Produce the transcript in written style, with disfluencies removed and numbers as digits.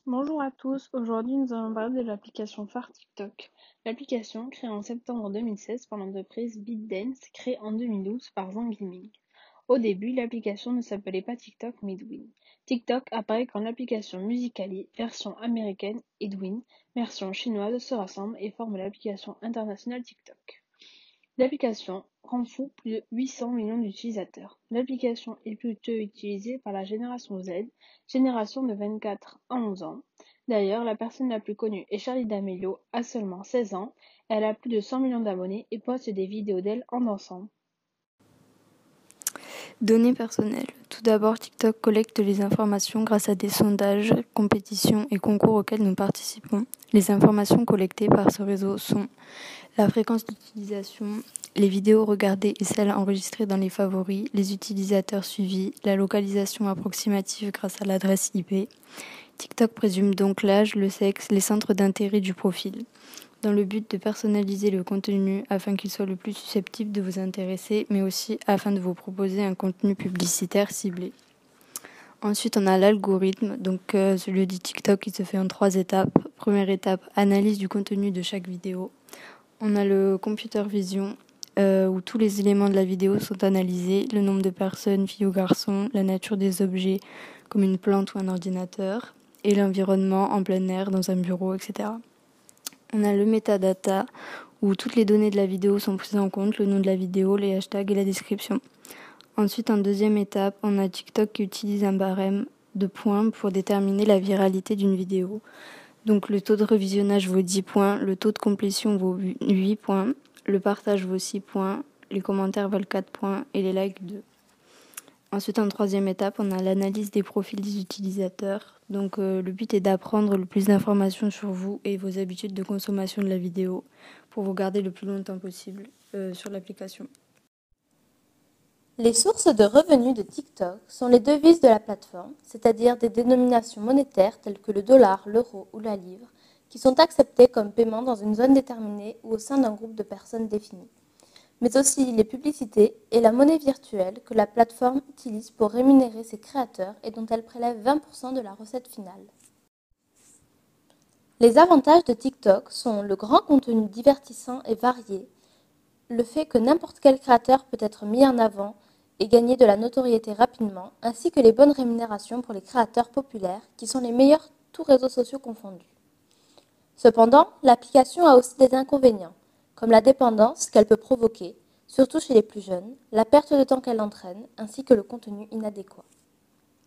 Bonjour à tous, aujourd'hui nous allons parler de l'application phare TikTok. L'application, créée en septembre 2016 par l'entreprise ByteDance, créée en 2012 par Zhang Yiming. Au début, l'application ne s'appelait pas TikTok mais Douyin. TikTok apparaît quand l'application Musical.ly, version américaine, et Douyin, version chinoise, se rassemblent et forment l'application internationale TikTok. L'application rend fou plus de 800 millions d'utilisateurs. L'application est plutôt utilisée par la génération Z, génération de 24 à 11 ans. D'ailleurs, la personne la plus connue est Charli D'Amelio, à seulement 16 ans. Elle a plus de 100 millions d'abonnés et poste des vidéos d'elle en dansant. Données personnelles. Tout d'abord, TikTok collecte les informations grâce à des sondages, compétitions et concours auxquels nous participons. Les informations collectées par ce réseau sont la fréquence d'utilisation, les vidéos regardées et celles enregistrées dans les favoris, les utilisateurs suivis, la localisation approximative grâce à l'adresse IP. TikTok présume donc l'âge, le sexe, les centres d'intérêt du profil, dans le but de personnaliser le contenu afin qu'il soit le plus susceptible de vous intéresser, mais aussi afin de vous proposer un contenu publicitaire ciblé. Ensuite, on a l'algorithme, donc celui de TikTok qui se fait en 3 étapes. Première étape, analyse du contenu de chaque vidéo. On a le computer vision, où tous les éléments de la vidéo sont analysés, le nombre de personnes, filles ou garçons, la nature des objets, comme une plante ou un ordinateur, et l'environnement en plein air, dans un bureau, etc. On a le metadata, où toutes les données de la vidéo sont prises en compte, le nom de la vidéo, les hashtags et la description. Ensuite, en deuxième étape, on a TikTok qui utilise un barème de points pour déterminer la viralité d'une vidéo. Donc le taux de revisionnage vaut 10 points, le taux de complétion vaut 8 points, le partage vaut 6 points, les commentaires valent 4 points et les likes 2. Ensuite, en troisième étape, on a l'analyse des profils des utilisateurs. Donc le but est d'apprendre le plus d'informations sur vous et vos habitudes de consommation de la vidéo pour vous garder le plus longtemps possible sur l'application. Les sources de revenus de TikTok sont les devises de la plateforme, c'est-à-dire des dénominations monétaires telles que le dollar, l'euro ou la livre, qui sont acceptées comme paiement dans une zone déterminée ou au sein d'un groupe de personnes défini, mais aussi les publicités et la monnaie virtuelle que la plateforme utilise pour rémunérer ses créateurs et dont elle prélève 20% de la recette finale. Les avantages de TikTok sont le grand contenu divertissant et varié, le fait que n'importe quel créateur peut être mis en avant et gagner de la notoriété rapidement, ainsi que les bonnes rémunérations pour les créateurs populaires, qui sont les meilleurs tous réseaux sociaux confondus. Cependant, l'application a aussi des inconvénients, comme la dépendance qu'elle peut provoquer, surtout chez les plus jeunes, la perte de temps qu'elle entraîne, ainsi que le contenu inadéquat.